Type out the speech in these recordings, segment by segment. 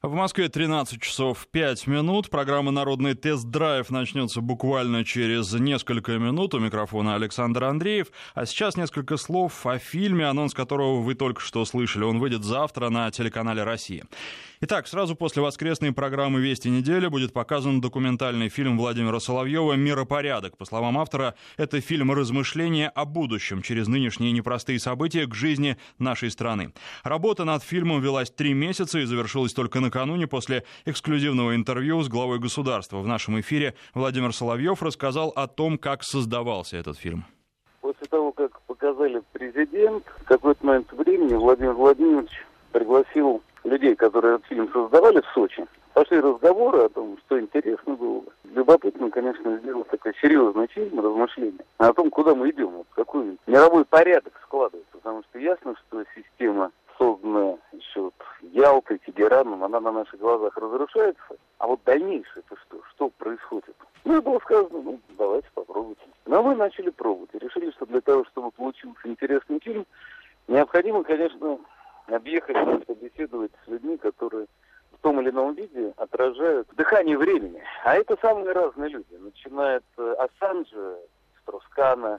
В Москве 13 часов 5 минут. Программа «Народный тест-драйв» начнется буквально через несколько минут. У микрофона Александр Андреев. А сейчас несколько слов о фильме, анонс которого вы только что слышали. Он выйдет завтра на телеканале «Россия». Итак, сразу после воскресной программы «Вести недели» будет показан документальный фильм Владимира Соловьева «Миропорядок». По словам автора, это фильм размышления о будущем через нынешние непростые события к жизни нашей страны. Работа над фильмом велась 3 месяца и завершилась только накануне после эксклюзивного интервью с главой государства. В нашем эфире Владимир Соловьев рассказал о том, как создавался этот фильм. После того, как показали президент, в какой-то момент времени Владимир Владимирович пригласил людей, которые этот фильм создавали в Сочи. Пошли разговоры о том, что интересно было. Любопытно, конечно, сделать такой серьезный фильм, размышления о том, куда мы идем, вот какой мировой порядок складывается. Потому что ясно, что система, созданная еще Ялтой, Тегераном, она на наших глазах разрушается. А вот дальнейшее это что? Что происходит? Ну, и было сказано, давайте попробуйте. Но мы начали пробовать и решили, что для того, чтобы получился интересный фильм, необходимо, конечно, объехать, побеседовать с людьми, которые в том или ином виде отражают дыхание времени. А это самые разные люди. Начиная от Ассанжа, Строс-Кана,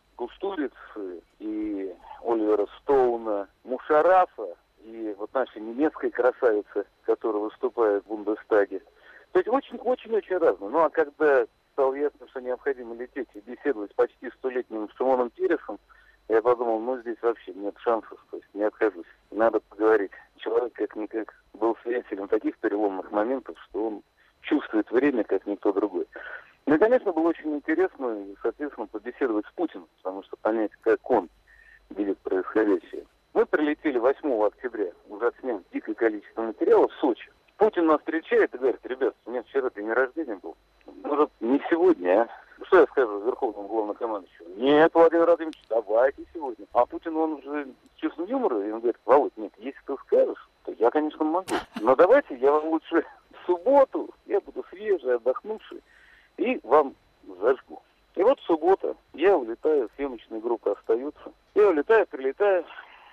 Кустурицы и Оливера Стоуна, Мушарафа и вот нашей немецкой красавицы, которая выступает в Бундестаге. То есть очень-очень разные. Ну а когда стало ясно, что необходимо лететь и беседовать с почти 100-летним Шимоном Пересом, я подумал, здесь вообще нет шансов, то есть не откажусь. Надо поговорить. Человек как-никак был свидетелем таких переломных моментов, что он чувствует время, как никто другой. Ну и, конечно, было очень интересно, и, соответственно, побеседовать с Путиным, потому что понять, как он видит происходящее. Мы прилетели 8 октября, уже отсняв дикое количество материала в Сочи. Путин нас встречает и говорит: ребят, у меня вчера день рождения был. Может, не сегодня, а? Что я скажу верховному главнокомандующему? Нет, Владимир Владимирович, давайте сегодня. А Путин, он уже с чувством юмора, и он говорит: Володь, нет, если ты скажешь, то я, конечно, могу. Но давайте я вам лучше в субботу, я буду свежий, отдохнувший, и вам зажгу. И вот суббота, я улетаю, съемочная группа остается. Я улетаю, прилетаю,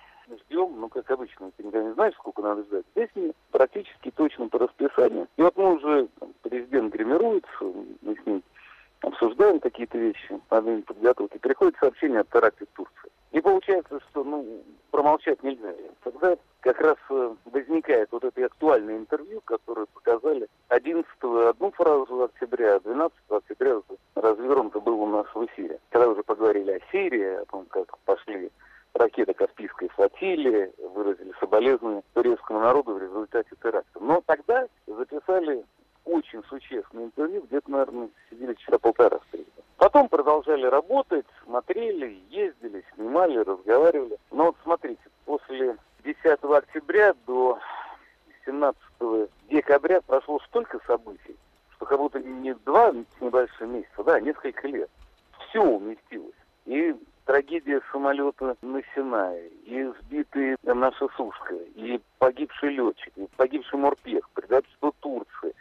ждем, как обычно, ты никогда не знаешь, сколько надо ждать. Здесь мне практически точно по расписанию. И вот мы уже, президент гримируется, мы с ним обсуждаем какие-то вещи, надо им подготовить. И приходит сообщение от теракта в Турции. И получается, что, промолчать нельзя. Тогда как раз возникает вот это актуальное интервью, которое показали 11-го одну фразу октября, а 12 октября развернуто было у нас в эфире. Когда уже поговорили о Сирии, о том, как пошли ракеты Каспийской флотилии, выразили соболезнования турецкому народу в результате теракта. Но тогда записали очень существенное интервью, где-то, наверное, сидели часа полтора с президентом. Потом продолжали работать, смотрели, ездили, снимали, разговаривали. Но вот смотрите, после 10 октября до 17 декабря прошло столько событий, что как будто не 2 с небольшим месяца, а несколько лет. Все уместилось. И трагедия самолета на Синае, и сбитые наша Сушка, и погибший летчик, и погибший морпех, предательство Турции.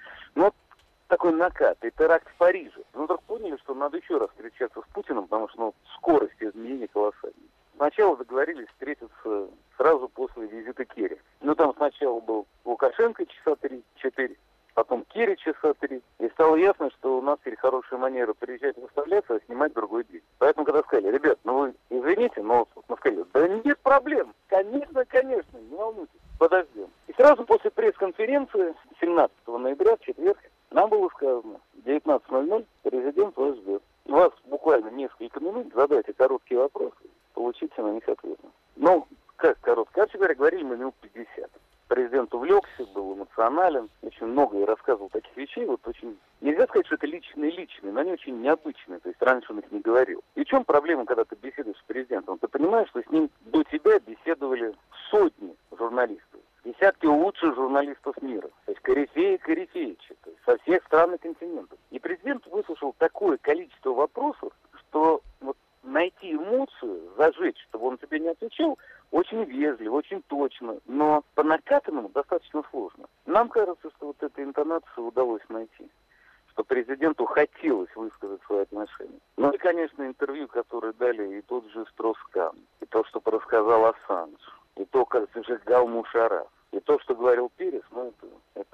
Такой накат, и теракт в Париже. Мы вдруг поняли, что надо еще раз встречаться с Путиным, потому что скорость изменений колоссальная. Сначала договорились встретиться сразу после визита Керри. Там сначала был Лукашенко часа 3-4, потом Керри часа 3. И стало ясно, что у нас теперь хорошая манера приезжать выставляться, а снимать другой день. Поэтому, когда сказали: ребят, вы извините, но мы сказали: да нет проблем. Конечно, не волнуйтесь, подождем. И сразу после пресс-конференции 17 ноября, в четверг, нам было сказано: 19:00 президент вас ждет. Вас буквально несколько минут, задайте короткие вопросы, получите на них ответы. Как коротко? Короче говоря, говорили мы минут 50. Президент увлекся, был эмоционален, очень много и рассказывал таких вещей. Очень нельзя сказать, что это личные, но они очень необычные. То есть раньше он их не говорил. И в чем проблема, когда ты беседуешь с президентом? Ты понимаешь, что с ним до тебя беседовали сотни журналистов. Десятки лучших журналистов мира. То есть корифеи, со всех стран и континентов. И президент выслушал такое количество вопросов, что найти эмоцию, зажечь, чтобы он тебе не отвечал, очень вежливо, очень точно. Но по накатанному достаточно сложно. Нам кажется, что эту интонацию удалось найти. Что президенту хотелось высказать свои отношения. Ну и, конечно, интервью, которое дали и тот же Строс-Кан, и то, что рассказал Ассанж, и то, как зажигал Мушараф, и то, что говорил Перес, это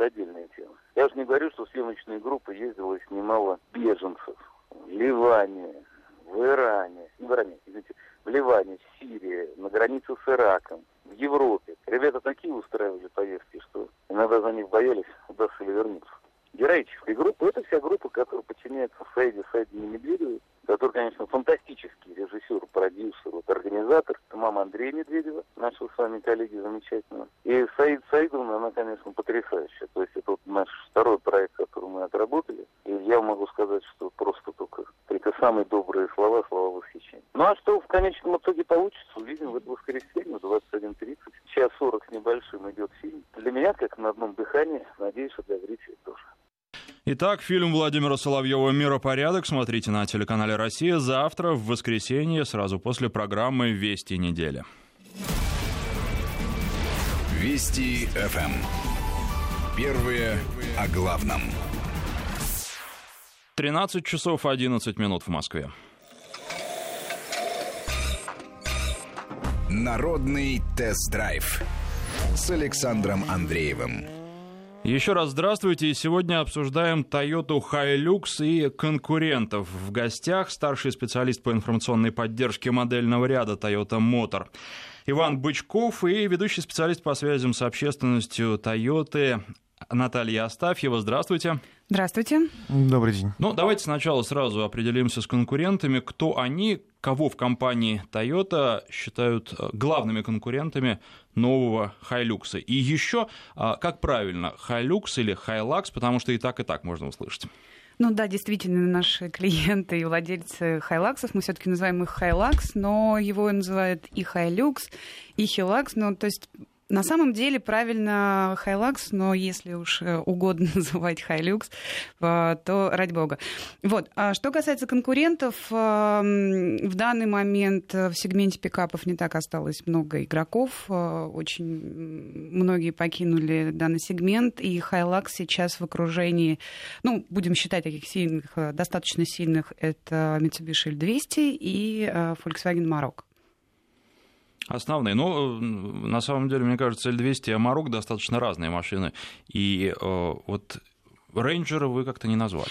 снимала беженцев в Ливане, в Ливане, в Сирии, на границе с Ираком, в Европе. Ребята такие устраивали поездки, что иногда за них боялись, удастся ли вернуться. Героическая группа — это вся группа, которая подчиняется Саиде Медведевой, который, конечно, фантастический режиссер, продюсер, организатор. Это мама Андрея Медведева, нашего с вами коллеги замечательного. И Саида Саидовна, она, конечно, потрясающая. То есть это вот наш второй проект, который мы отработали. И я могу сказать, что просто только самые добрые слова восхищения. Ну а что в конечном итоге получится, увидим в это воскресенье в 21:30. Час 40 с небольшим идет фильм. Для меня, как на одном дыхании, надеюсь, что для зрителей тоже. Итак, фильм Владимира Соловьева «Миропорядок» смотрите на телеканале «Россия» завтра в воскресенье, сразу после программы «Вести недели». Вести ФМ. Первые о главном. 13 часов 11 минут в Москве. Народный тест-драйв с Александром Андреевым. Еще раз здравствуйте. Сегодня обсуждаем Toyota Hilux и конкурентов. В гостях старший специалист по информационной поддержке модельного ряда Toyota Motor Иван Бычков и ведущий специалист по связям с общественностью Toyota Наталья Астафьева. Здравствуйте. Здравствуйте. Добрый день. Ну, давайте сначала сразу определимся с конкурентами. Кто они, кого в компании Toyota считают главными конкурентами нового Hilux? И еще, как правильно, Hilux или Hilux, потому что и так можно услышать. Ну да, действительно, наши клиенты и владельцы Hilux, мы все-таки называем их Hilux, но его называют и Hilux, и Hilux, ну то есть... На самом деле правильно Hilux, но если уж угодно называть Hilux, то ради бога. Вот. А что касается конкурентов, в данный момент в сегменте пикапов не так осталось много игроков. Очень многие покинули данный сегмент, и Hilux сейчас в окружении, ну, будем считать таких сильных, достаточно сильных, это Mitsubishi L200 и Volkswagen Amarok. Основные. Но на самом деле, мне кажется, L200 и Amarok достаточно разные машины. И вот Рейнджера вы как-то не назвали.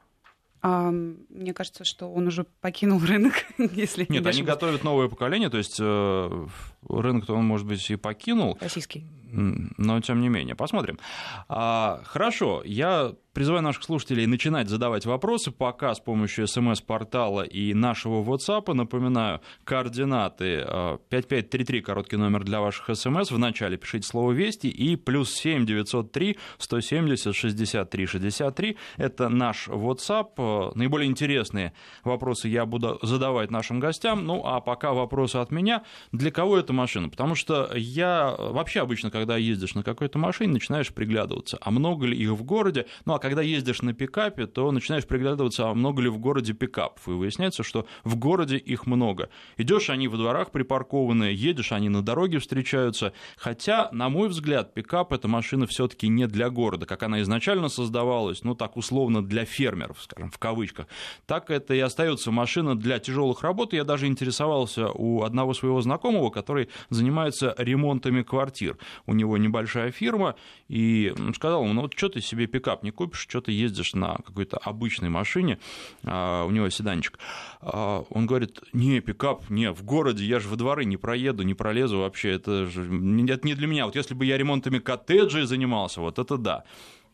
Мне кажется, что он уже покинул рынок, если не Нет, они готовят новое поколение, то есть рынок-то он, может быть, и покинул. Российский. Но тем не менее, посмотрим. Хорошо, я призываю наших слушателей начинать задавать вопросы пока с помощью СМС-портала и нашего WhatsApp. Напоминаю, координаты 5533, короткий номер для ваших СМС. В начале пишите слово «Вести» и +7 903 170 63 63. Это наш WhatsApp. Наиболее интересные вопросы я буду задавать нашим гостям. Ну, а пока вопросы от меня. Для кого эта машина? Потому что я вообще обычно, когда ездишь на какой-то машине, начинаешь приглядываться, а много ли их в городе. Ну, а когда ездишь на пикапе, то начинаешь приглядываться, а много ли в городе пикапов. И выясняется, что в городе их много. Идешь, они во дворах припаркованные, едешь, они на дороге встречаются. Хотя, на мой взгляд, пикап — это машина все-таки не для города, как она изначально создавалась, ну, так условно, для фермеров, скажем, в кавычках. Так это и остается машина для тяжелых работ. Я даже интересовался у одного своего знакомого, который занимается ремонтами квартир. У него небольшая фирма, и сказал ему: ну вот что ты себе пикап не купишь, что ты ездишь на какой-то обычной машине, у него седанчик. Он говорит: не, пикап, не, в городе я же во дворы не проеду, не пролезу вообще, это не для меня. Вот если бы я ремонтами коттеджей занимался, вот это да.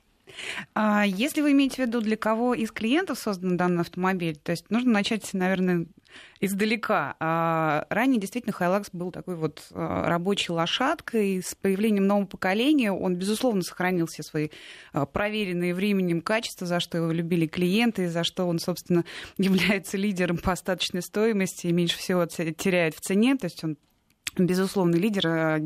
Если вы имеете в виду, для кого из клиентов создан данный автомобиль, то есть нужно начать, наверное, издалека. Ранее действительно Hilux был такой вот рабочей лошадкой. С появлением нового поколения он, безусловно, сохранил все свои проверенные временем качества, за что его любили клиенты, и за что он, собственно, является лидером по остаточной стоимости и меньше всего теряет в цене. То есть он безусловный лидер,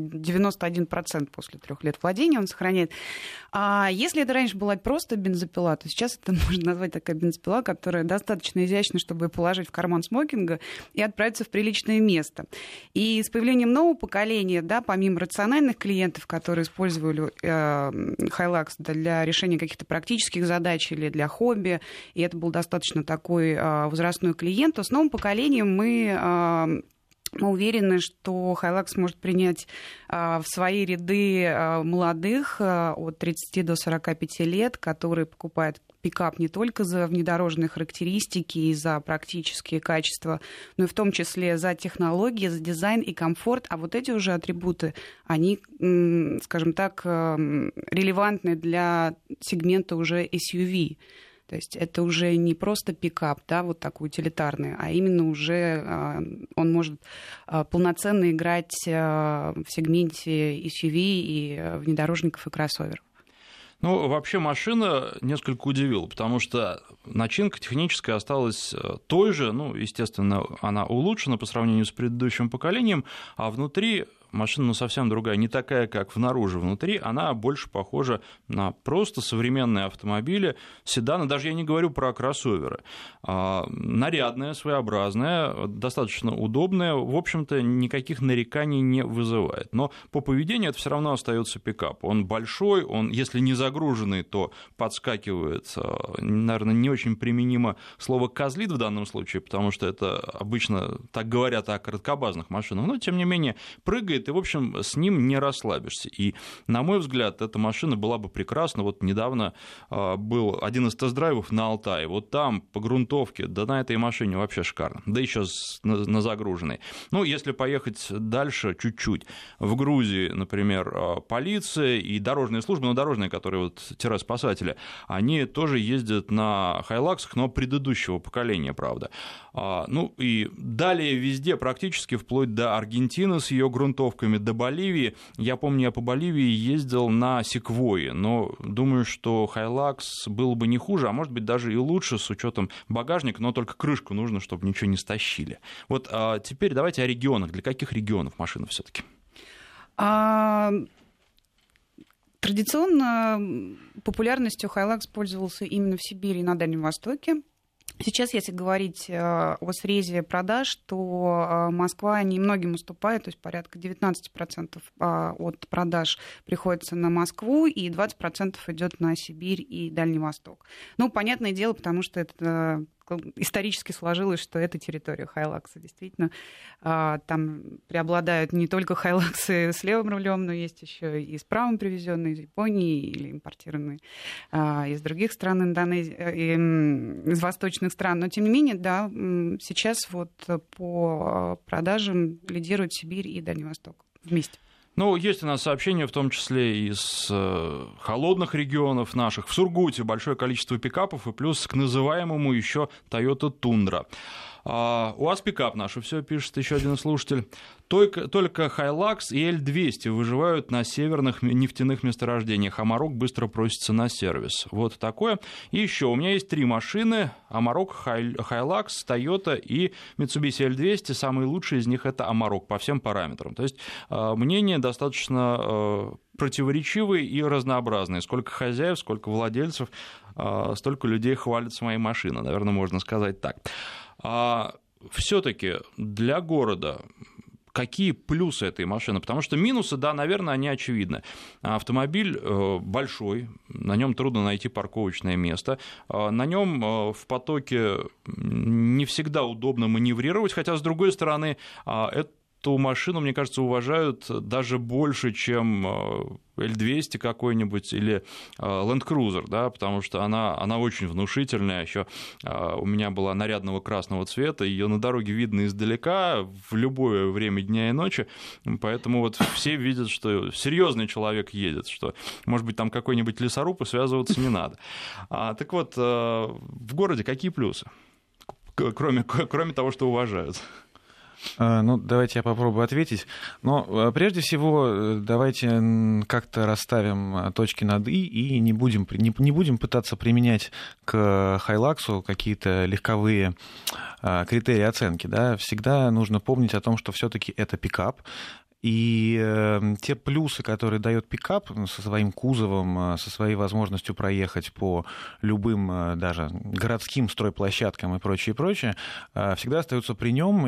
91% после 3 лет владения он сохраняет. А если это раньше была просто бензопила, то сейчас это можно назвать такая бензопила, которая достаточно изящна, чтобы положить в карман смокинга и отправиться в приличное место. И с появлением нового поколения, да, помимо рациональных клиентов, которые использовали Hilux для решения каких-то практических задач или для хобби, и это был достаточно такой возрастной клиент, то с новым поколением мы Мы уверены, что Hilux может принять в свои ряды молодых от 30 до 45 лет, которые покупают пикап не только за внедорожные характеристики и за практические качества, но и в том числе за технологии, за дизайн и комфорт. А вот эти уже атрибуты, они, скажем так, релевантны для сегмента уже SUV. То есть это уже не просто пикап, да, вот такой утилитарный, а именно уже он может полноценно играть в сегменте SUV и внедорожников и кроссоверов. Ну, вообще машина несколько удивила, потому что начинка техническая осталась той же, ну, естественно, она улучшена по сравнению с предыдущим поколением, а внутри машина совсем другая, не такая, как снаружи. Внутри она больше похожа на просто современные автомобили, седаны, даже я не говорю про кроссоверы. Нарядная, своеобразная, достаточно удобная, в общем-то, никаких нареканий не вызывает. Но по поведению это все равно остается пикап. Он большой, он, если не загруженный, то подскакивает. Наверное, не очень применимо слово «козлит» в данном случае, потому что это обычно так говорят о короткобазных машинах, но, тем не менее, прыгает, и, в общем, с ним не расслабишься. И, на мой взгляд, эта машина была бы прекрасна. Вот недавно был один из тест-драйвов на Алтае. Вот там, по грунтовке, да на этой машине вообще шикарно. Да еще на загруженной. Ну, если поехать дальше чуть-чуть, в Грузии, например, полиция и дорожные службы, ну, дорожные, которые вот тире-спасатели, они тоже ездят на Хайлаксах, но предыдущего поколения, правда. Ну, и далее везде, практически вплоть до Аргентины с ее грунтовкой, до Боливии. Я помню, я по Боливии ездил на Секвойе, но думаю, что Hilux был бы не хуже, а может быть даже и лучше с учетом багажника, но только крышку нужно, чтобы ничего не стащили. Вот теперь давайте о регионах. Для каких регионов машина все-таки? Традиционно популярностью Hilux пользовался именно в Сибири и на Дальнем Востоке. Сейчас, если говорить о срезе продаж, то Москва немногим уступает, то есть порядка 19% от продаж приходится на Москву, и 20% идет на Сибирь и Дальний Восток. Ну, понятное дело, потому что это исторически сложилось, что это территория Хайлакса. Действительно, там преобладают не только Хайлаксы с левым рулем, но есть еще и с правым привезенные из Японии или импортированные из других стран, из восточных стран. Но, тем не менее, да, сейчас вот по продажам лидируют Сибирь и Дальний Восток вместе. Ну, есть у нас сообщения, в том числе из холодных регионов наших. В Сургуте большое количество пикапов и плюс к называемому еще Toyota Tundra. У вас пикап наш, все, пишет еще один слушатель. Только Hilux и L200 выживают на северных нефтяных месторождениях. Амарок быстро просится на сервис. Вот такое. И еще у меня есть 3 машины. Амарок, Hilux, Toyota и Mitsubishi L200. Самые лучшие из них — это Амарок по всем параметрам. То есть мнения достаточно противоречивые и разнообразные. Сколько хозяев, сколько владельцев, столько людей хвалятся моей машиной. Наверное, можно сказать так. Все-таки для города какие плюсы этой машины? Потому что минусы, да, наверное, они очевидны. Автомобиль большой, на нем трудно найти парковочное место, на нем в потоке не всегда удобно маневрировать, хотя, с другой стороны, эту машину, мне кажется, уважают даже больше, чем L200 какой-нибудь или Land Cruiser, да, потому что она очень внушительная. Еще у меня была нарядного красного цвета, ее на дороге видно издалека в любое время дня и ночи, поэтому вот все видят, что серьезный человек едет, что, может быть, там какой-нибудь лесоруб, и связываться не надо. Так вот, в городе какие плюсы, кроме того, что уважают? Ну, давайте я попробую ответить. Но прежде всего давайте как-то расставим точки над и не будем пытаться применять к Хайлаксу какие-то легковые критерии оценки. Да? Всегда нужно помнить о том, что все-таки это пикап. И те плюсы, которые дает пикап со своим кузовом, со своей возможностью проехать по любым даже городским стройплощадкам и прочее, всегда остаются при нем.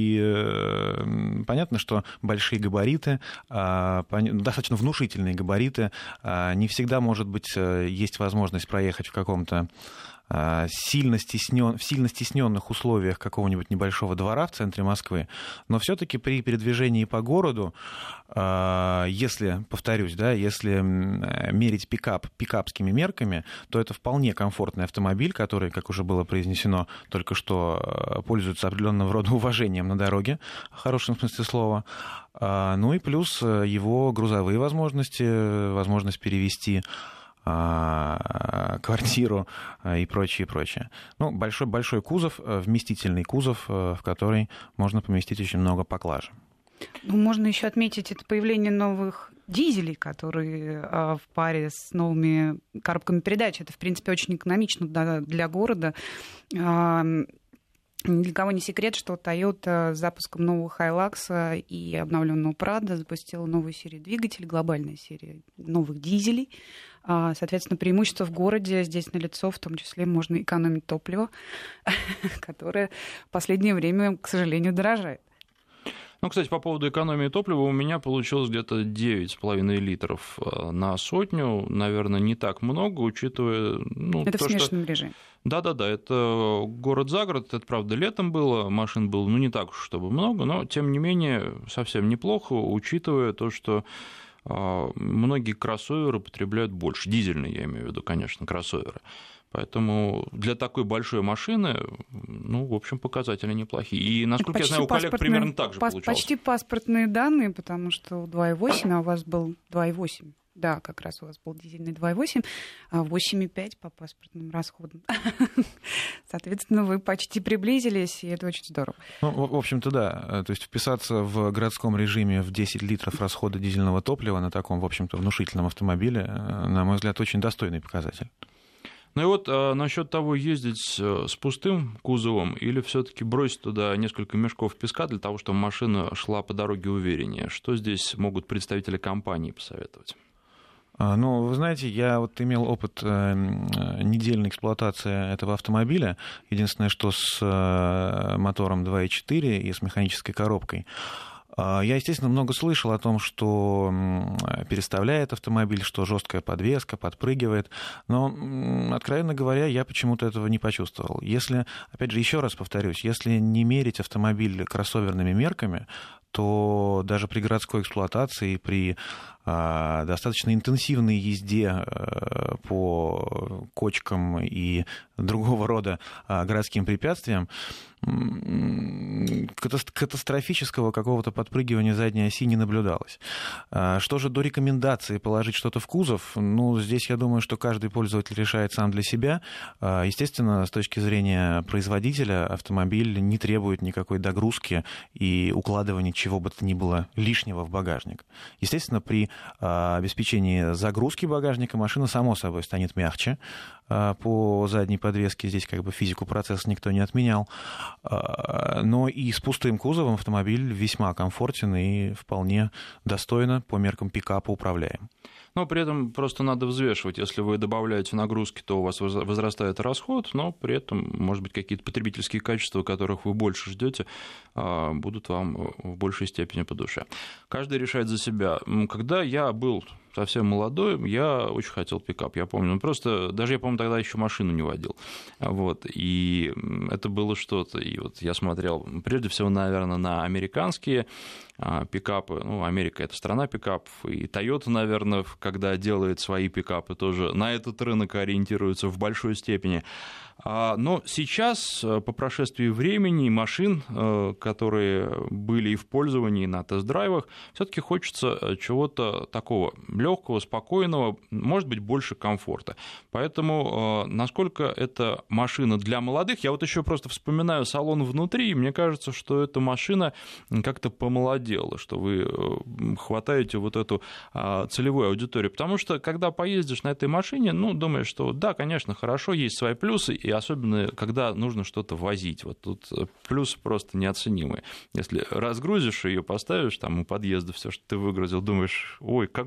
И понятно, что большие габариты, достаточно внушительные габариты, не всегда, может быть, есть возможность проехать в каком-то в сильно стесненных условиях какого-нибудь небольшого двора в центре Москвы, но все-таки при передвижении по городу, если, повторюсь, да, если мерить пикапскими мерками, то это вполне комфортный автомобиль, который, как уже было произнесено только что, пользуется определенного рода уважением на дороге, в хорошем смысле слова. Ну и плюс его грузовые возможности, возможность перевести квартиру и прочее, прочее. Ну, большой кузов, вместительный кузов, в который можно поместить очень много поклажи. Ну, можно еще отметить это появление новых дизелей, которые в паре с новыми коробками передач. Это, в принципе, очень экономично для города. Ни для кого не секрет, что Toyota с запуском нового Hilux и обновленного Prado запустила новую серию двигателей, глобальная серия новых дизелей. Соответственно, преимущество в городе здесь налицо, в том числе можно экономить топливо, которое в последнее время, к сожалению, дорожает. Ну, кстати, по поводу экономии топлива у меня получилось где-то 9,5 литров на сотню. Наверное, не так много, учитывая... Ну, это в смешанном режиме. Да-да-да, это город за город, это, правда, летом было, машин было, ну, не так уж, чтобы много, но, тем не менее, совсем неплохо, учитывая то, что многие кроссоверы потребляют больше, дизельные, я имею в виду, конечно, кроссоверы. Поэтому для такой большой машины, ну, в общем, показатели неплохие. И, насколько я знаю, у коллег примерно так же получалось. Почти паспортные данные, потому что 2,8, а у вас был 2,8. Да, как раз у вас был дизельный 2,8, а 8,5 по паспортным расходам. Соответственно, вы почти приблизились, и это очень здорово. Ну, в общем-то, да. То есть вписаться в городском режиме в 10 литров расхода дизельного топлива на таком, в общем-то, внушительном автомобиле, на мой взгляд, очень достойный показатель. Ну и вот насчет того, ездить с пустым кузовом или все-таки бросить туда несколько мешков песка для того, чтобы машина шла по дороге увереннее. Что здесь могут представители компании посоветовать? Ну, вы знаете, я вот имел опыт недельной эксплуатации этого автомобиля. Единственное, что с мотором 2.4 и с механической коробкой. Я, естественно, много слышал о том, что переставляет автомобиль, что жесткая подвеска, подпрыгивает, но, откровенно говоря, я почему-то этого не почувствовал. Если, опять же, еще раз повторюсь, если не мерить автомобиль кроссоверными мерками, то даже при городской эксплуатации, при достаточно интенсивной езде по кочкам и другого рода городским препятствиям, катастрофического какого-то подпрыгивания задней оси не наблюдалось. Что же до рекомендации положить что-то в кузов? Ну, здесь я думаю, что каждый пользователь решает сам для себя. Естественно, с точки зрения производителя, автомобиль не требует никакой догрузки и укладывания чего бы то ни было лишнего в багажник. Естественно, при обеспечении загрузки багажника машина, само собой, станет мягче. По задней подвеске здесь как бы физику процесса никто не отменял. Но и с пустым кузовом автомобиль весьма комфортен и вполне достойно по меркам пикапа управляем. Но при этом просто надо взвешивать. Если вы добавляете нагрузки, то у вас возрастает расход, но при этом, может быть, какие-то потребительские качества, которых вы больше ждете, будут вам в большей степени по душе. Каждый решает за себя. Когда я был совсем молодой, я очень хотел пикап, я помню. Просто даже я, по-моему, тогда еще машину не водил. Вот. И это было что-то. И вот я смотрел, прежде всего, наверное, на американские пикапы. Ну, Америка — это страна пикапов. И Toyota, наверное, когда делает свои пикапы, тоже на этот рынок ориентируется в большой степени. Но сейчас, по прошествии времени, машин, которые были и в пользовании на тест-драйвах, все-таки хочется чего-то такого легкого, спокойного, может быть, больше комфорта. Поэтому, насколько эта машина для молодых, я вот еще просто вспоминаю салон внутри, и мне кажется, что эта машина как-то помолодела, что вы хватаете вот эту целевую аудиторию. Потому что, когда поездишь на этой машине, ну, думаешь, что да, конечно, хорошо, есть свои плюсы, и особенно, когда нужно что-то возить. Вот тут плюсы просто неоценимые. Если разгрузишь ее, поставишь там у подъезда все, что ты выгрузил, думаешь, ой, как же это вообще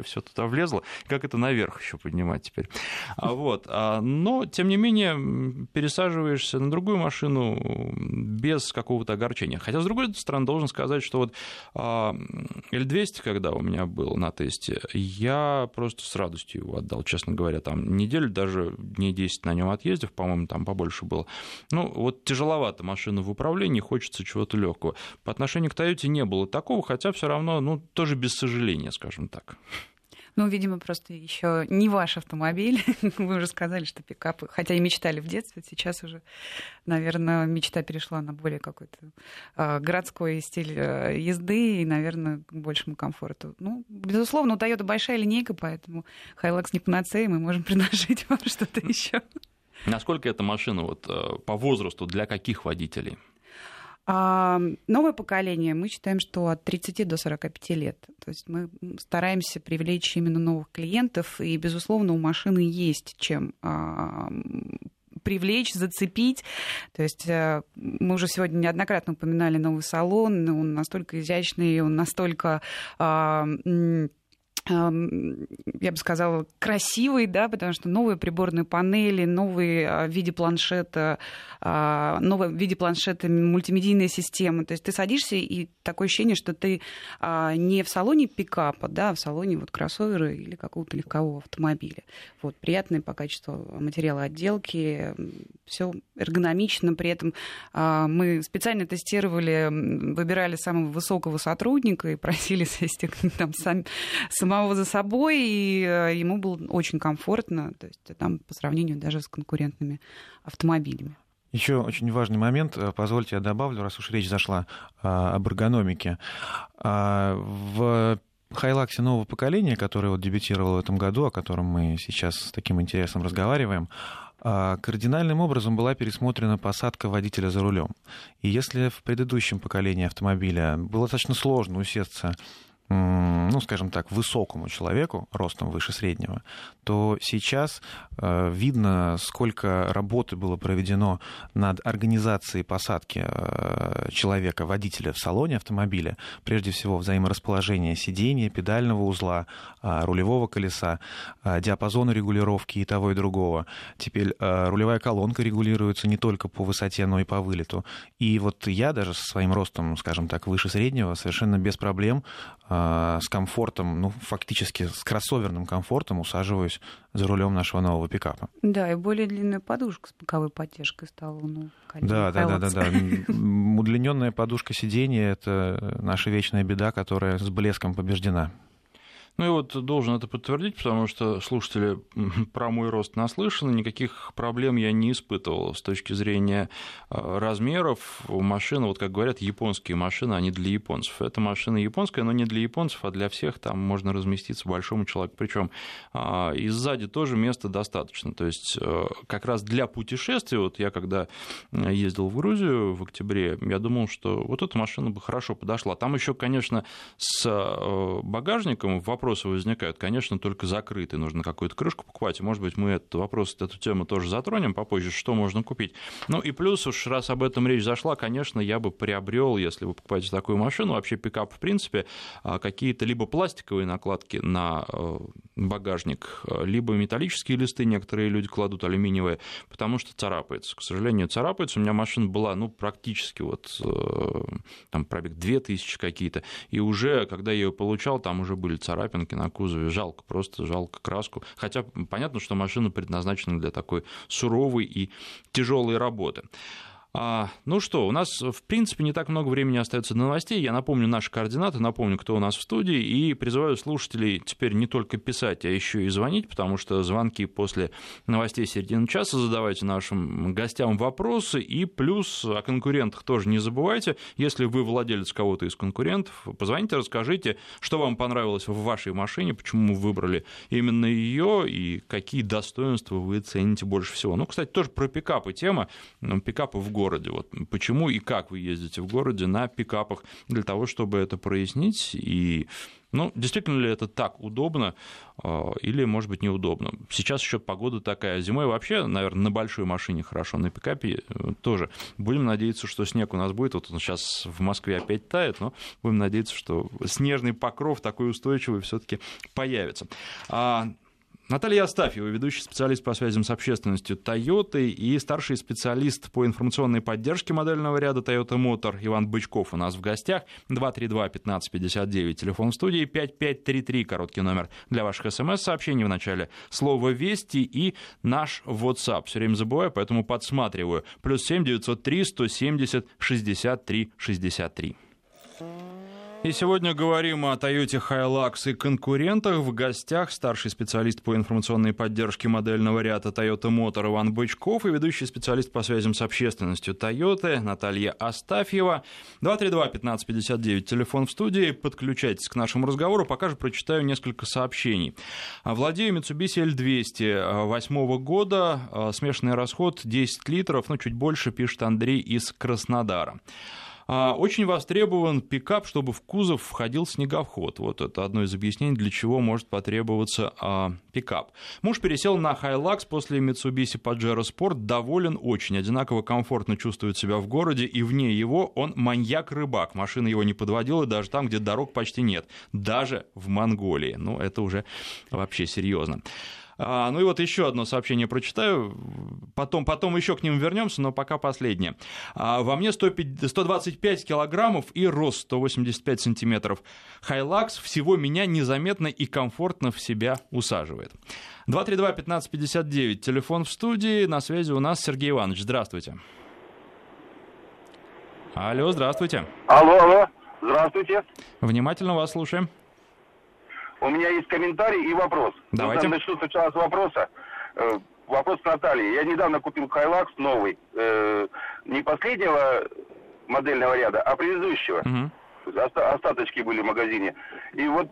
вообще все туда влезло, как это наверх еще поднимать теперь. Но, тем не менее, пересаживаешься на другую машину без какого-то огорчения. Хотя, с другой стороны, должен сказать, что вот L200, когда у меня был на тесте, я просто с радостью его отдал, честно говоря, там неделю, даже дней 10 на нем отъездив, по-моему, там побольше было. Вот тяжеловато машина в управлении, хочется чего-то легкого. По отношению к Toyota не было такого, хотя все равно, тоже без сожаления, скажем так. Видимо, просто еще не ваш автомобиль. Вы уже сказали, что пикапы, хотя и мечтали в детстве, сейчас уже, наверное, мечта перешла на более какой-то городской стиль езды и, наверное, к большему комфорту. Безусловно, у Toyota большая линейка, поэтому Hilux не панацея, мы можем предложить вам что-то еще. Насколько эта машина по возрасту для каких водителей? Новое поколение, мы считаем, что от 30 до 45 лет. То есть мы стараемся привлечь именно новых клиентов, и, безусловно, у машины есть чем привлечь, зацепить. То есть мы уже сегодня неоднократно упоминали новый салон, он настолько изящный, он настолько... я бы сказала, красивый, да, потому что новые приборные панели, новые в виде планшета, новая в виде планшета мультимедийная система. То есть ты садишься, и такое ощущение, что ты не в салоне пикапа, да, а в салоне кроссовера или какого-то легкового автомобиля. Приятные по качеству материала отделки, все эргономично. При этом мы специально тестировали, выбирали самого высокого сотрудника и просили сесть там самого за собой, и ему было очень комфортно, то есть там по сравнению даже с конкурентными автомобилями. Еще очень важный момент, позвольте я добавлю, раз уж речь зашла об эргономике. В Hilux нового поколения, который дебютировал в этом году, о котором мы сейчас с таким интересом разговариваем, кардинальным образом была пересмотрена посадка водителя за рулем. И если в предыдущем поколении автомобиля было достаточно сложно усесться, скажем так, высокому человеку, ростом выше среднего, то сейчас видно, сколько работы было проведено над организацией посадки человека, водителя в салоне автомобиля, прежде всего взаиморасположение сидения, педального узла, рулевого колеса, диапазона регулировки и того и другого. Теперь рулевая колонка регулируется не только по высоте, но и по вылету. И я даже со своим ростом, скажем так, выше среднего, совершенно без проблем с комфортом, фактически с кроссоверным комфортом усаживаюсь за рулем нашего нового пикапа. Да, и более длинная подушка с боковой поддержкой стала у нового поколения. Да. Удлиненная подушка сиденья — это наша вечная беда, которая с блеском побеждена. Должен это подтвердить, потому что слушатели про мой рост наслышаны, никаких проблем я не испытывал с точки зрения размеров. Машина, как говорят, японские машины, они для японцев. Эта машина японская, но не для японцев, а для всех. Там можно разместиться большому человеку. Причем и сзади тоже места достаточно. То есть как раз для путешествий, я когда ездил в Грузию в октябре, я думал, что эта машина бы хорошо подошла. Там еще, конечно, с багажником вопросы возникают, конечно, только закрытый. Нужно какую-то крышку покупать. И, может быть, мы эту тему тоже затронем попозже, что можно купить. И плюс уж, раз об этом речь зашла, конечно, я бы приобрел, если вы покупаете такую машину, вообще пикап, в принципе, какие-то либо пластиковые накладки на багажник, либо металлические листы некоторые люди кладут, алюминиевые, потому что царапается. К сожалению, царапается. У меня машина была, практически там пробег 2000 какие-то, и уже, когда я ее получал, там уже были царапины на кузове. Жалко краску. Хотя понятно, что машина предназначена для такой суровой и тяжелой работы. У нас, в принципе, не так много времени остается до новостей. Я напомню наши координаты, напомню, кто у нас в студии, и призываю слушателей теперь не только писать, а еще и звонить, потому что звонки после новостей середины часа задавайте нашим гостям вопросы, и плюс о конкурентах тоже не забывайте. Если вы владелец кого-то из конкурентов, позвоните, расскажите, что вам понравилось в вашей машине, почему вы выбрали именно ее, и какие достоинства вы цените больше всего. Кстати, тоже про пикапы тема. Пикапы в городе. городе. Вот почему и как вы ездите в городе на пикапах, для того, чтобы это прояснить. И, действительно ли это так удобно или, может быть, неудобно? Сейчас еще погода такая. Зимой вообще, наверное, на большой машине хорошо, на пикапе тоже. Будем надеяться, что снег у нас будет. Вот он сейчас в Москве опять тает, но будем надеяться, что снежный покров такой устойчивый все-таки появится. Наталья Астафьева, ведущий специалист по связям с общественностью Toyota и старший специалист по информационной поддержке модельного ряда Toyota Motor Иван Бычков у нас в гостях. 232-1559, телефон в студии, 5533, короткий номер для ваших смс-сообщений. В начале слово «Вести» и наш WhatsApp. Все время забываю, поэтому подсматриваю. +7 903 170 63 63. И сегодня говорим о Toyota Hilux и конкурентах. В гостях старший специалист по информационной поддержке модельного ряда Toyota Motor Иван Бычков и ведущий специалист по связям с общественностью Toyota Наталья Астафьева. 232-1559, телефон в студии. Подключайтесь к нашему разговору. Пока же прочитаю несколько сообщений. Владею Mitsubishi L200 8 года. Смешанный расход 10 литров, чуть больше, пишет Андрей из Краснодара. Очень востребован пикап, чтобы в кузов входил снеговход. Вот это одно из объяснений, для чего может потребоваться пикап. Муж пересел на Hilux после Mitsubishi Pajero Sport. Доволен очень. Одинаково комфортно чувствует себя в городе, и вне его он маньяк-рыбак. Машина его не подводила даже там, где дорог почти нет. Даже в Монголии. Это уже вообще серьезно. И вот еще одно сообщение прочитаю, потом еще к ним вернемся, но пока последнее. Во мне 125 килограммов и рост 185 сантиметров. Hilux всего меня незаметно и комфортно в себя усаживает. 232-1559, телефон в студии, на связи у нас Сергей Иванович. Здравствуйте. Алло, здравствуйте. Алло, здравствуйте. Внимательно вас слушаем. У меня есть комментарий и вопрос. Давайте. Начну сначала с вопроса. Вопрос к Наталье. Я недавно купил Hilux новый. Не последнего модельного ряда, а предыдущего. Угу. Остаточки были в магазине. И вот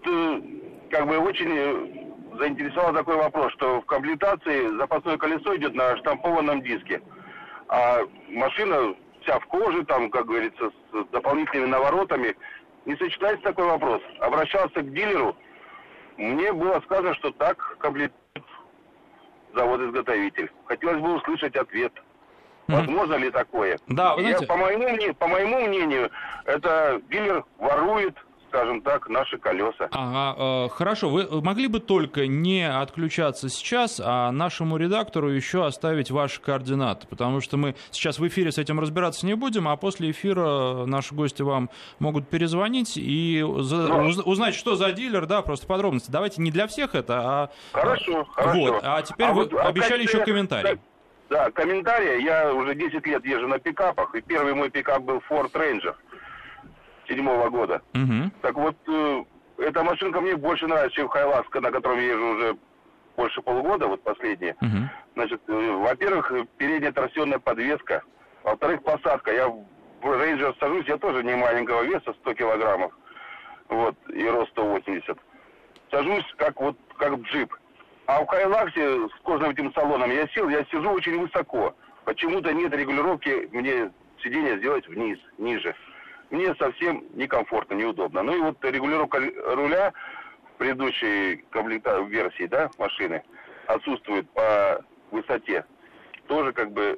очень заинтересовал такой вопрос, что в комплектации запасное колесо идет на штампованном диске. А машина вся в коже, там, как говорится, с дополнительными наворотами. Не сочетается такой вопрос. Обращался к дилеру. Мне было сказано, что так комплектует завод-изготовитель. Хотелось бы услышать ответ. Возможно ли такое? Да, вы знаете... По моему мнению, это дилер ворует, скажем так, наши колеса. Ага, хорошо. Вы могли бы только не отключаться сейчас, а нашему редактору еще оставить ваши координаты, потому что мы сейчас в эфире с этим разбираться не будем, а после эфира наши гости вам могут перезвонить и узнать, что за дилер, да, просто подробности. Давайте не для всех это, а... Хорошо. Вот, а теперь вы обещали еще комментарий. Да, комментарий. Я уже 10 лет езжу на пикапах, и первый мой пикап был Ford Ranger 7-го года. Угу. Так вот, эта машинка мне больше нравится, чем Hilux, на котором я езжу уже больше полугода, вот последние. Угу. Значит, во-первых, передняя торсионная подвеска. Во-вторых, посадка. Я в Ranger сажусь, я тоже не маленького веса, 100 килограммов. Вот, и рост 180. Сажусь как в джип. А в Hilux с кожаным этим салоном я сижу очень высоко. Почему-то нет регулировки мне сиденье сделать ниже. Мне совсем некомфортно, неудобно. И вот регулировка руля в предыдущей версии, да, машины отсутствует по высоте. Тоже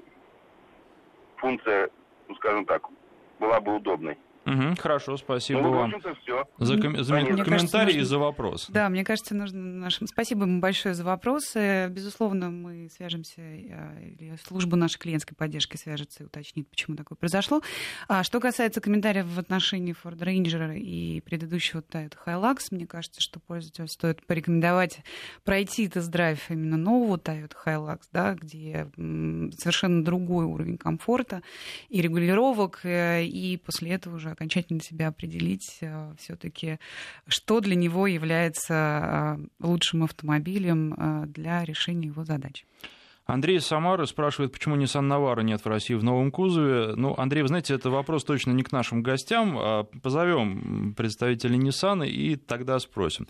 функция, скажем так, была бы удобной. Угу, хорошо, спасибо вам за комментарий и за вопрос. Да, мне кажется, нужно Спасибо ему большое за вопросы. Безусловно, мы свяжемся, или служба нашей клиентской поддержки свяжется и уточнит, почему такое произошло. Что касается комментариев в отношении Ford Ranger и предыдущего Toyota Hilux, мне кажется, что пользователю стоит порекомендовать пройти тест-драйв именно нового Toyota Hilux, да, где совершенно другой уровень комфорта и регулировок, и после этого уже окончательно себя определить все-таки, что для него является лучшим автомобилем для решения его задач. Андрей из Самары спрашивает, почему Nissan Navara нет в России в новом кузове. Андрей, вы знаете, это вопрос точно не к нашим гостям. Позовем представителей Nissan и тогда спросим.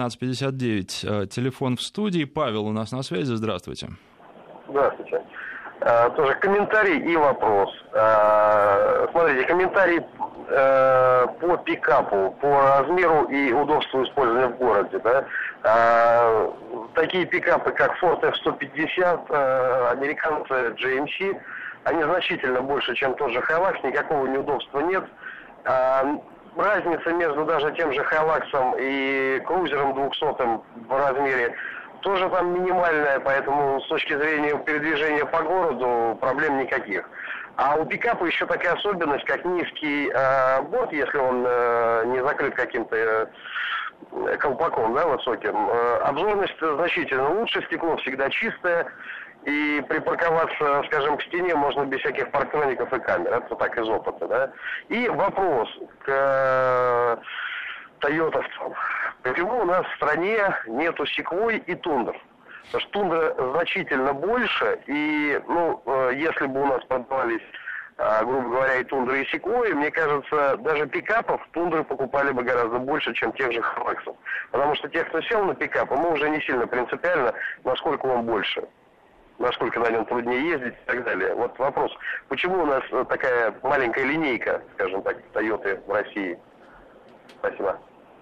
232-1559, телефон в студии. Павел у нас на связи. Здравствуйте. Здравствуйте. Тоже комментарий и вопрос. Смотрите, комментарий по пикапу, по размеру и удобству использования в городе. Да? Такие пикапы, как Ford F-150, американцы GMC, они значительно больше, чем тот же Hilux, никакого неудобства нет. Разница между даже тем же Hilux и крузером 200 в размере тоже там минимальная, поэтому с точки зрения передвижения по городу проблем никаких. А у пикапа еще такая особенность, как низкий борт, если он не закрыт каким-то колпаком, да, высоким. Обзорность значительно лучше, стекло всегда чистое, и припарковаться, скажем, к стене можно без всяких парктроников и камер. Это так из опыта, да. И вопрос к тойотовцам. Почему у нас в стране нету секвой и тундр? Потому что тундра значительно больше, и, если бы у нас продавались, грубо говоря, и тундры, и секвои, мне кажется, даже пикапов тундры покупали бы гораздо больше, чем тех же Hilux. Потому что те, кто сел на пикап, ему уже не сильно принципиально, насколько он больше, насколько на нем труднее ездить и так далее. Вот вопрос, почему у нас такая маленькая линейка, скажем так, Toyota в России? Спасибо.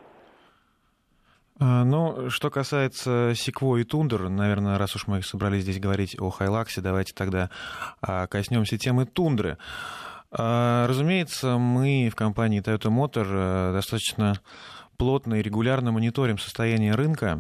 Ну, что касается Sequoia и Тундр, наверное, раз уж мы собрались здесь говорить о Hilux, давайте тогда коснемся темы Тундры. Разумеется, мы в компании Toyota Motor достаточно плотно и регулярно мониторим состояние рынка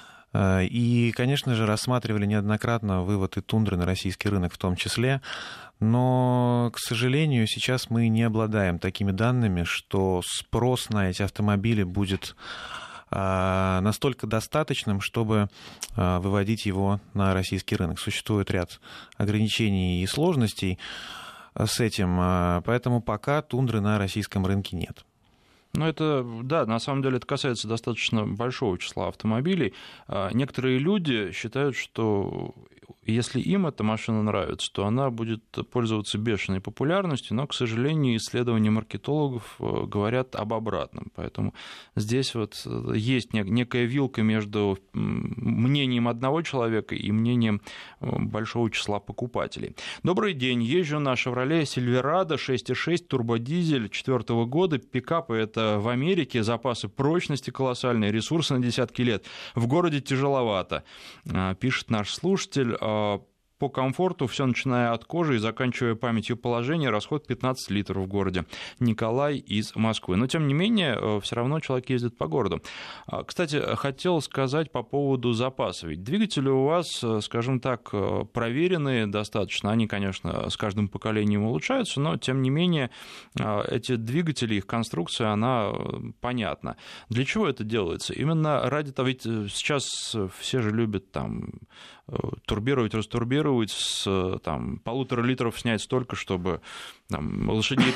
и, конечно же, рассматривали неоднократно вывод и Тундры на российский рынок в том числе. Но, к сожалению, сейчас мы не обладаем такими данными, что спрос на эти автомобили будет настолько достаточным, чтобы выводить его на российский рынок. Существует ряд ограничений и сложностей с этим, поэтому пока Тундры на российском рынке нет. Ну, это, да, на самом деле это касается достаточно большого числа автомобилей. Некоторые люди считают, что если им эта машина нравится, то она будет пользоваться бешеной популярностью, но, к сожалению, исследования маркетологов говорят об обратном. Поэтому здесь вот есть некая вилка между мнением одного человека и мнением большого числа покупателей. Добрый день, езжу на Chevrolet Silverado 6.6 турбодизель 2004 года. Пикапы — это в Америке, запасы прочности колоссальные, ресурсы на десятки лет. В городе тяжеловато, пишет наш слушатель. По комфорту все, начиная от кожи и заканчивая памятью положения, расход 15 литров в городе. Николай из Москвы. Но, тем не менее, все равно человек ездит по городу. Кстати, хотел сказать по поводу запаса. Ведь двигатели у вас, скажем так, проверенные достаточно. Они, конечно, с каждым поколением улучшаются, но, тем не менее, эти двигатели, их конструкция, она понятна. Для чего это делается? Именно ради того, ведь сейчас все же любят там турбировать, растурбировать, с 1,5 литров снять столько, чтобы там, лошадей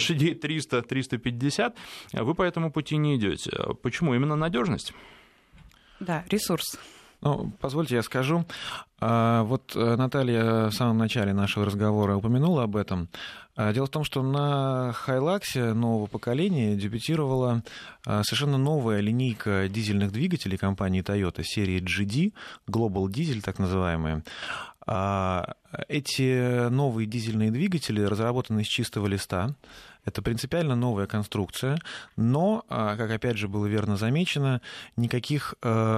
300-350. Вы по этому пути не идете. Почему? Именно надежность? Да, ресурс. Ну, позвольте, я скажу. Вот Наталья в самом начале нашего разговора упомянула об этом. Дело в том, что на Hilux нового поколения дебютировала совершенно новая линейка дизельных двигателей компании Toyota серии GD, Global Diesel так называемые. Эти новые дизельные двигатели разработаны из чистого листа. Это принципиально новая конструкция, но, как опять же было верно замечено, никаких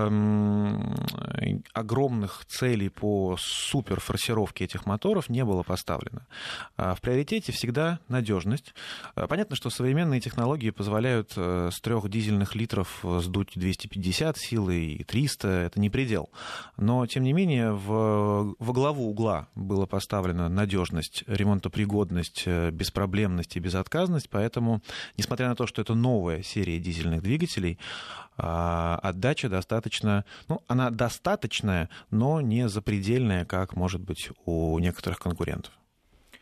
огромных целей по суперфорсировке этих моторов не было поставлено. В приоритете всегда надежность. Понятно, что современные технологии позволяют с 3 дизельных литров сдуть 250 силы и 300, это не предел. Но, тем не менее, во главу угла была поставлена надежность, ремонтопригодность, беспроблемность и безотказность. Поэтому, несмотря на то, что это новая серия дизельных двигателей, отдача достаточно, она достаточная, но не запредельная, как может быть у некоторых конкурентов.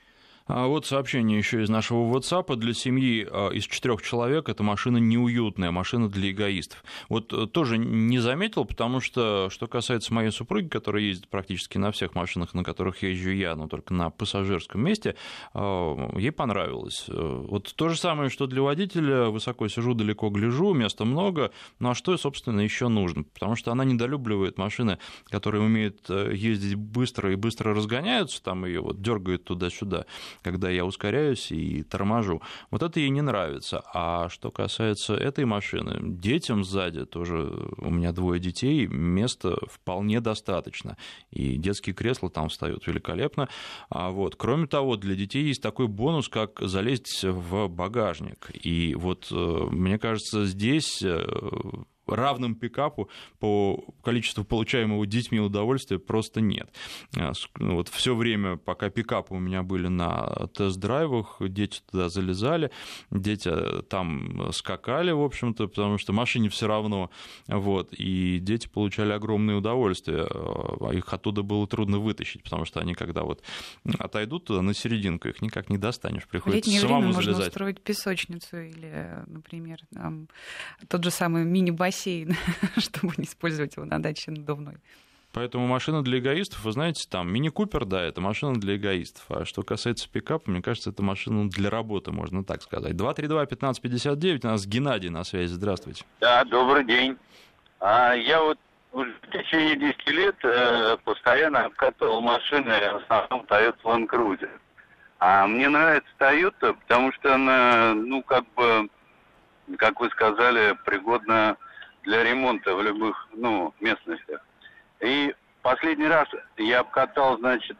А вот сообщение еще из нашего WhatsApp. Для семьи из 4 человек эта машина неуютная, машина для эгоистов. Вот тоже не заметил, потому что касается моей супруги, которая ездит практически на всех машинах, на которых езжу я, но только на пассажирском месте, ей понравилось. Вот то же самое, что для водителя. Высоко сижу, далеко гляжу, места много. Ну а что, собственно, еще нужно? Потому что она недолюбливает машины, которые умеют ездить быстро и быстро разгоняются, там ее вот дергает туда-сюда, когда я ускоряюсь и торможу. Вот это ей не нравится. А что касается этой машины, детям сзади тоже, у меня 2 детей, места вполне достаточно. И детские кресла там встают великолепно. Вот. Кроме того, для детей есть такой бонус, как залезть в багажник. И вот, мне кажется, здесь равным пикапу по количеству получаемого детьми удовольствия просто нет. Вот все время, пока пикапы у меня были на тест-драйвах, дети туда залезали, дети там скакали, в общем-то, потому что машине все равно, вот, и дети получали огромное удовольствие. Их оттуда было трудно вытащить, потому что они, когда вот отойдут туда на серединку, их никак не достанешь, приходится самому залезать. Можно устроить песочницу или, например, там, тот же самый мини-бассейн, чтобы не использовать его на даче надувной. Поэтому машина для эгоистов, вы знаете, там мини-купер, да, это машина для эгоистов. А что касается пикапа, мне кажется, это машина для работы, можно так сказать. 232-1559, у нас Геннадий на связи. Здравствуйте. Да, добрый день. Я вот уже в течение 10 лет постоянно обкатывал машины, в основном Toyota Land Cruiser. А мне нравится Toyota, потому что она, ну, как бы, как вы сказали, пригодна для ремонта в любых, ну, местностях. И последний раз я откатал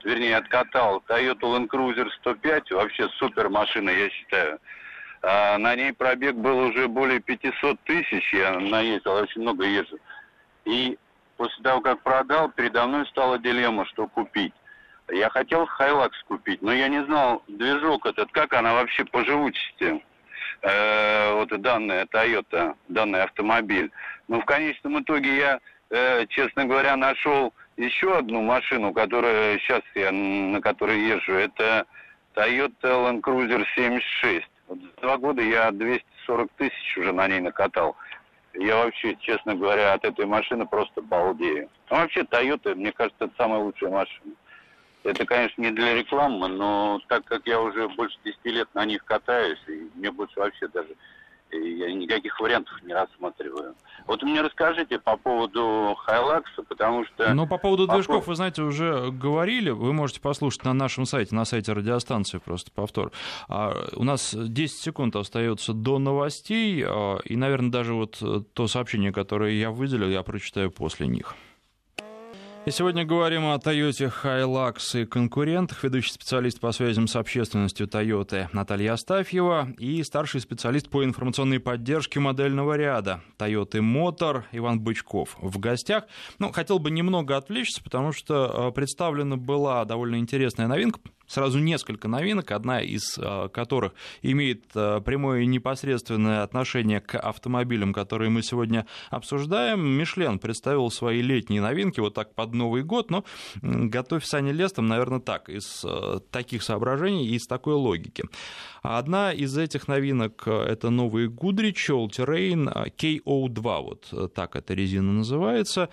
Toyota Land Cruiser 105, вообще супер машина, я считаю. На ней пробег был уже более 500 тысяч, я наездил, очень много езжу. И после того, как продал, передо мной стала дилемма, что купить. Я хотел Hilux купить, но я не знал, движок этот, как она вообще по живучести. Вот данная Toyota, данный автомобиль. Но в конечном итоге я, честно говоря, нашел еще одну машину, которая сейчас я на которой езжу. Это Toyota Land Cruiser 76. Вот за 2 года я 240 тысяч уже на ней накатал. Я вообще, честно говоря, от этой машины просто балдею. Ну, вообще Toyota, мне кажется, это самая лучшая машина. Это, конечно, не для рекламы, но так как я уже больше 10 лет на них катаюсь, и мне больше вообще даже я никаких вариантов не рассматриваю. Вот вы мне расскажите по поводу Hilux, потому что... Ну, по поводу движков, вы знаете, уже говорили, вы можете послушать на нашем сайте, на сайте радиостанции, просто повтор. У нас 10 секунд остается до новостей, и, наверное, даже вот то сообщение, которое я выделил, я прочитаю после них. И сегодня говорим о Toyota Hilux и конкурентах. Ведущий специалист по связям с общественностью Toyota Наталья Астафьева и старший специалист по информационной поддержке модельного ряда Toyota Motor Иван Бычков в гостях. Ну, хотел бы немного отвлечься, потому что представлена была довольно интересная новинка. Сразу несколько новинок, одна из которых имеет прямое и непосредственное отношение к автомобилям, которые мы сегодня обсуждаем. Мишлен представил свои летние новинки вот так под Новый год, но готовь сани лестом, наверное, так, из таких соображений и из такой логики. Одна из этих новинок — это новый Goodrich All Terrain KO2, вот так эта резина называется.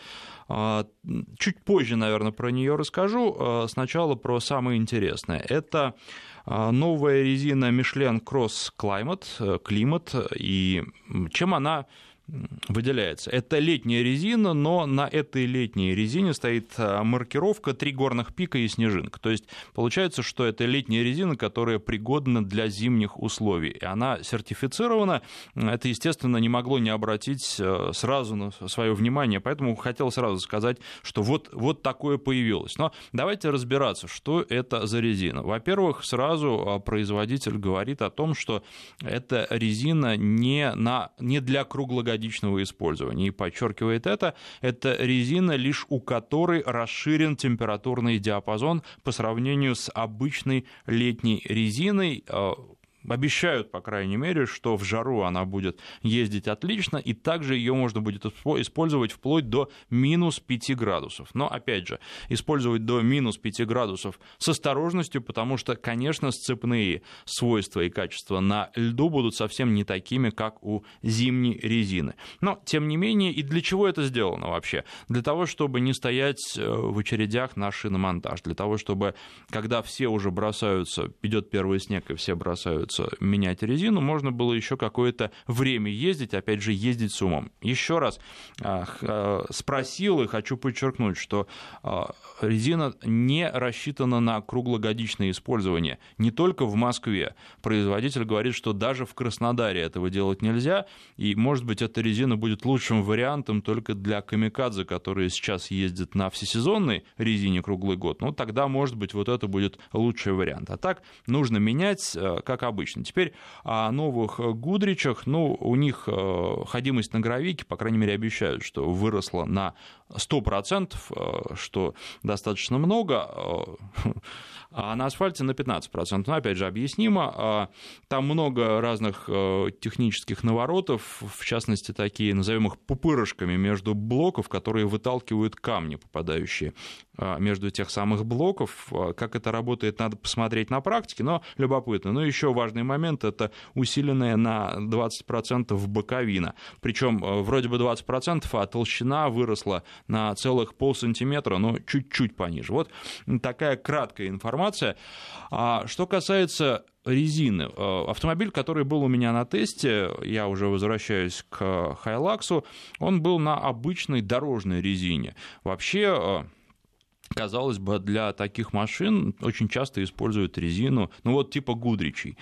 Чуть позже, наверное, про нее расскажу. Сначала про самое интересное. Это новая резина Michelin Cross Climate, и чем она выделяется. Это летняя резина, но на этой летней резине стоит маркировка 3 горных пика и снежинка. То есть получается, что это летняя резина, которая пригодна для зимних условий. И она сертифицирована. Это, естественно, не могло не обратить сразу на свое внимание. Поэтому хотел сразу сказать, что вот такое появилось. Но давайте разбираться, что это за резина. Во-первых, сразу производитель говорит о том, что эта резина не для круглогодичного использования. И подчеркивает это резина, лишь у которой расширен температурный диапазон по сравнению с обычной летней резиной. обещают, по крайней мере, что в жару она будет ездить отлично, и также ее можно будет использовать вплоть до минус 5 градусов. Но, опять же, использовать до минус 5 градусов с осторожностью, потому что, конечно, сцепные свойства и качества на льду будут совсем не такими, как у зимней резины. Но, тем не менее, и для чего это сделано вообще? Для того, чтобы не стоять в очередях на шиномонтаж, для того, чтобы, когда все уже бросаются, идет первый снег, и все бросаются менять резину, можно было еще какое-то время ездить, опять же, ездить с умом. Еще раз спросил и хочу подчеркнуть, что резина не рассчитана на круглогодичное использование. Не только в Москве. Производитель говорит, что даже в Краснодаре этого делать нельзя, и, может быть, эта резина будет лучшим вариантом только для камикадзе, которые сейчас ездят на всесезонной резине круглый год. Ну, тогда, может быть, вот это будет лучший вариант. А так нужно менять, как обычно. Теперь о новых Гудричах. Ну, у них ходимость на гравийке, по крайней мере, обещают, что выросла на 100%, что достаточно много, а на асфальте на 15%. Но, опять же, объяснимо. Там много разных технических наворотов, в частности, такие, назовем их пупырышками между блоков, которые выталкивают камни, попадающие между тех самых блоков. Как это работает, надо посмотреть на практике, но любопытно. Но еще важный момент — это усиленная на 20% боковина. Причем вроде бы 20%, а толщина выросла на целых полсантиметра, но чуть-чуть пониже. Вот такая краткая информация. Что касается резины. Автомобиль, который был у меня на тесте, я уже возвращаюсь к Хайлаксу, он был на обычной дорожной резине. Вообще, казалось бы, для таких машин очень часто используют резину, ну вот типа Гудричей.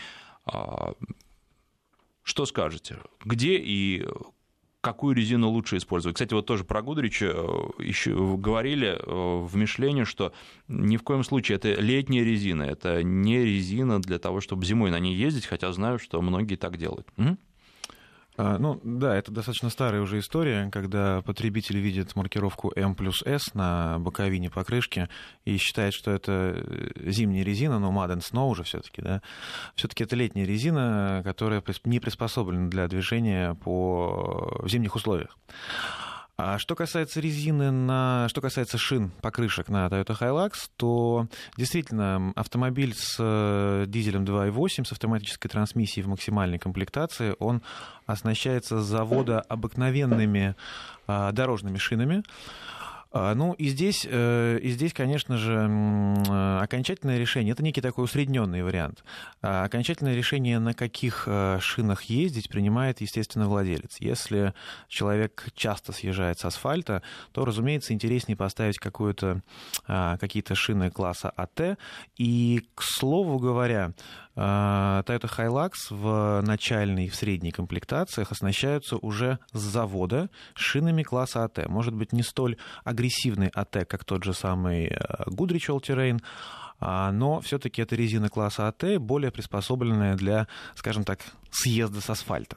Что скажете? Где и какую резину лучше использовать? Кстати, вот тоже про Гудричи еще говорили в Мишлене, что ни в коем случае это летняя резина, это не резина для того, чтобы зимой на ней ездить, хотя знаю, что многие так делают. Ну, да, это достаточно старая уже история, когда потребитель видит маркировку M+S на боковине покрышки и считает, что это зимняя резина, но Mud and Snow уже все-таки, да. Все-таки это летняя резина, которая не приспособлена для движения в зимних условиях. А что касается резины, что касается шин, покрышек на Toyota Hilux, то действительно автомобиль с дизелем 2.8, с автоматической трансмиссией в максимальной комплектации, он оснащается с завода обыкновенными дорожными шинами. Ну, и здесь, конечно же, окончательное решение, это некий такой усредненный вариант. Окончательное решение, на каких шинах ездить, принимает, естественно, владелец. Если человек часто съезжает с асфальта, то, разумеется, интереснее поставить какие-то шины класса АТ. И, к слову говоря, Toyota Hilux в начальной и в средней комплектациях оснащаются уже с завода шинами класса АТ. Может быть, не столь агрессивный АТ, как тот же самый Goodrich All-Terrain, но все-таки это резина класса АТ, более приспособленная для, скажем так, съезда с асфальта.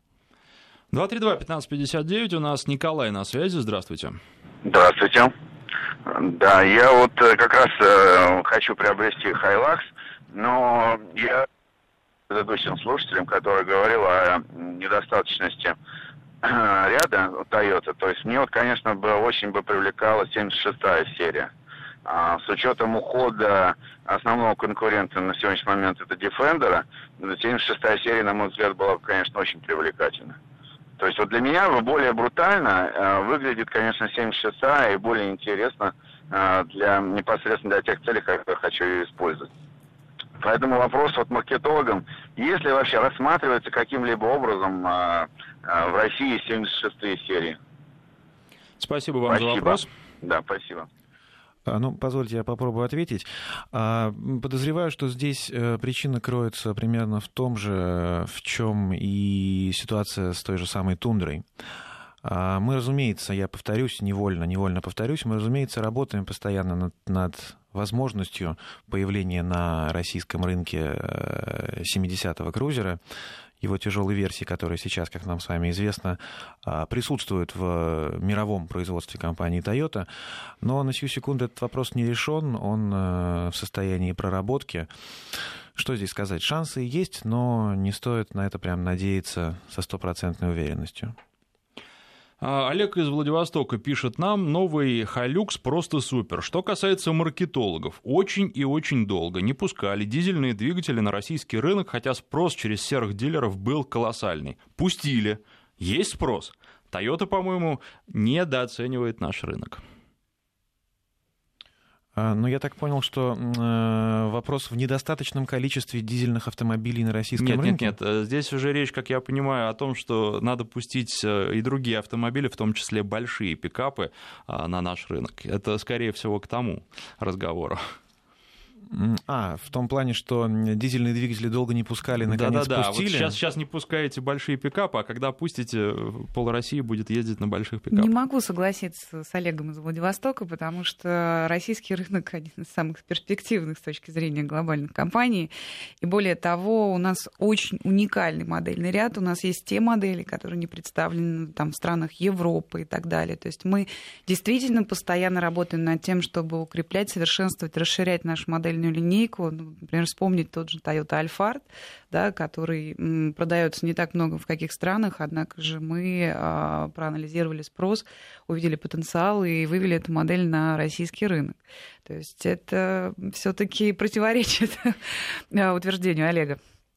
232-1559, у нас Николай на связи, здравствуйте. Здравствуйте. Да, я вот как раз хочу приобрести Hilux, но я предыдущим слушателям, который говорил о недостаточности ряда Toyota, то есть мне вот, конечно, очень бы привлекала 76-я серия. С учетом ухода основного конкурента на сегодняшний момент это Defender, 76-я серия, на мой взгляд, была бы, конечно, очень привлекательна. То есть вот для меня более брутально выглядит, конечно, 76-я и более интересно непосредственно для тех целей, которые хочу ее использовать. Поэтому вопрос вот маркетологам, если вообще рассматривается каким-либо образом в России 76-е серии. Спасибо вам за вопрос. Да, спасибо. Ну, позвольте, я попробую ответить. Подозреваю, что здесь причина кроется примерно в том же, в чем и ситуация с той же самой Тундрой. Мы, разумеется, я повторюсь, невольно повторюсь, мы, разумеется, работаем постоянно над возможностью появления на российском рынке 70-го крузера, его тяжелой версии, которая сейчас, как нам с вами известно, присутствует в мировом производстве компании Toyota. Но на сию секунду этот вопрос не решен, он в состоянии проработки. что здесь сказать? Шансы есть, но не стоит на это прям надеяться со стопроцентной уверенностью. Олег из Владивостока пишет нам: новый Hilux просто супер. Что касается маркетологов, очень и очень долго не пускали дизельные двигатели на российский рынок, хотя спрос через серых дилеров был колоссальный. Пустили. Есть спрос. Toyota, по-моему, недооценивает наш рынок. Ну, я так понял, что вопрос в недостаточном количестве дизельных автомобилей на российском рынке? Нет. Здесь уже речь, как я понимаю, о том, что надо пустить и другие автомобили, в том числе большие пикапы, на наш рынок. Это, скорее всего, к тому разговору. В том плане, что дизельные двигатели долго не пускали, наконец пустили? Вот сейчас не пускаете большие пикапы, а когда пустите, пол России будет ездить на больших пикапах. Не могу согласиться с Олегом из Владивостока, потому что российский рынок один из самых перспективных с точки зрения глобальных компаний. И более того, у нас очень уникальный модельный ряд. У нас есть те модели, которые не представлены там, в странах Европы и так далее. То есть мы действительно постоянно работаем над тем, чтобы укреплять, совершенствовать, расширять нашу модельную линейку. Например, вспомнить тот же Toyota Alphard, да, который продается не так много в каких странах, однако же мы проанализировали спрос, увидели потенциал и вывели эту модель на российский рынок. То есть это все-таки противоречит утверждению Олега.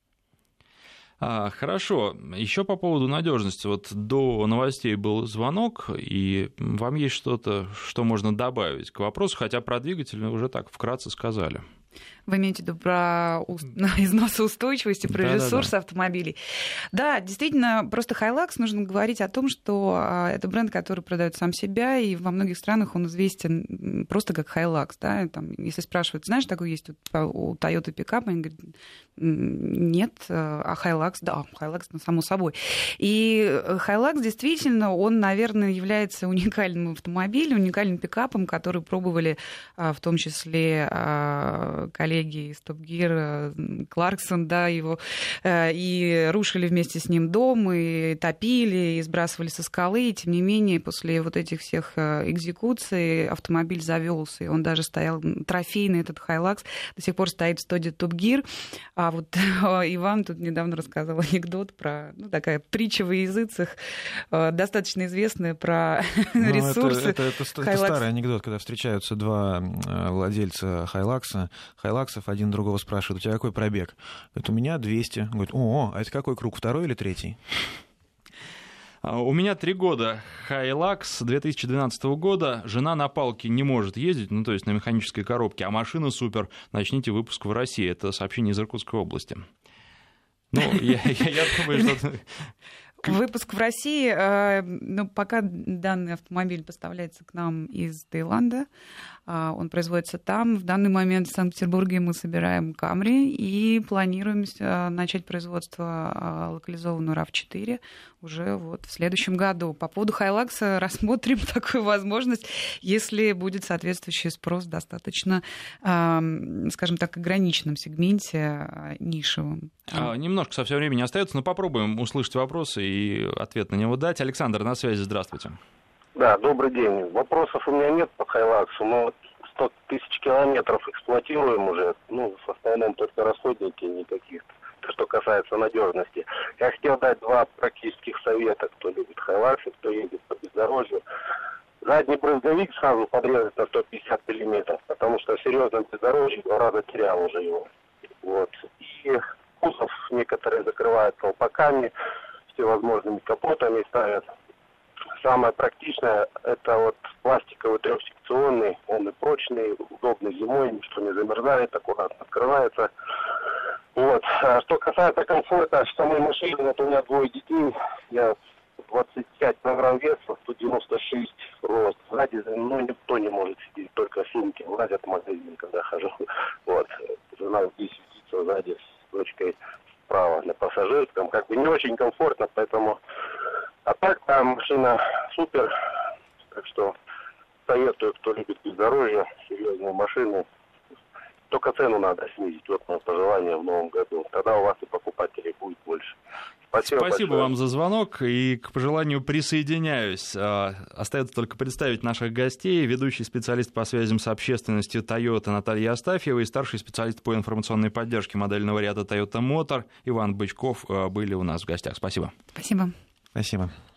Хорошо. Еще по поводу надежности. Вот до новостей был звонок, и вам есть что-то, что можно добавить к вопросу, хотя про двигатель уже так вкратце сказали. Вы имеете в виду про износоустойчивость и про ресурсы автомобилей. Да, действительно, просто Hilux нужно говорить о том, что это бренд, который продает сам себя, и во многих странах он известен просто как Hilux. Да? Там, если спрашивают, знаешь, такой есть у Toyota пикап, они говорят, нет, а Hilux, да, Hilux, само собой. И Hilux действительно, он, наверное, является уникальным автомобилем, уникальным пикапом, который пробовали в том числе коллеги из Top Gear, Кларксон, да, его, и рушили вместе с ним дом, и топили, и сбрасывали со скалы, и тем не менее, после вот этих всех экзекуций автомобиль завелся, и он даже стоял трофейный, этот Hilux, до сих пор стоит в студии Top Gear. А вот Иван тут недавно рассказывал анекдот про, такая притча во языцах, достаточно известная про ресурсы. Это старый анекдот, когда встречаются два владельца Хайлаксов, один другого спрашивает: у тебя какой пробег? Говорит, у меня 200. Говорит, а это какой круг, второй или третий? У меня 3 года Hilux 2012 года. Жена на палке не может ездить, то есть на механической коробке, а машина супер. Начните выпуск в России. Это сообщение из Иркутской области. Я думаю, что... Выпуск в России, пока данный автомобиль поставляется к нам из Таиланда, он производится там. В данный момент в Санкт-Петербурге мы собираем Camry и планируем начать производство локализованного RAV4 уже в следующем году. По поводу Hilux рассмотрим такую возможность, если будет соответствующий спрос достаточно, скажем так, ограниченном сегменте нишевом. Немножко совсем времени остается, но попробуем услышать вопросы и ответ на него дать. Александр, на связи, здравствуйте. Да, добрый день. Вопросов у меня нет по Хайлаксу, но 100 тысяч километров эксплуатируем уже. В основном только расходники, никаких. Что касается надежности. Я хотел дать 2 практических совета, кто любит Хайлакс, кто едет по бездорожью. Задний брызговик сразу подрезать на 150 миллиметров, потому что в серьезном бездорожье 2 раза терял уже его. И кузов некоторые закрывают колпаками, всевозможными капотами ставят. Самое практичное — это пластиковый 3-секционный, он и прочный, удобный зимой, ничто не замерзает, аккуратно открывается. Что касается комфорта самой машины, у меня 2 детей, я 25 килограмм веса, 196 рост. Сзади, никто не может сидеть, только сумки влазят в магазин, когда хожу. Жена здесь сидится сзади с дочкой справа на пассажирском, не очень комфортно, поэтому... А так, машина супер, так что советую, кто любит бездорожье, серьезные машины. Только цену надо снизить, мое пожелание в новом году. Тогда у вас и покупателей будет больше. Спасибо вам за звонок, и к пожеланию присоединяюсь. Остается только представить наших гостей. Ведущий специалист по связям с общественностью Toyota Наталья Астафьева и старший специалист по информационной поддержке модельного ряда Toyota Motor Иван Бычков были у нас в гостях. Спасибо. Спасибо. Спасибо.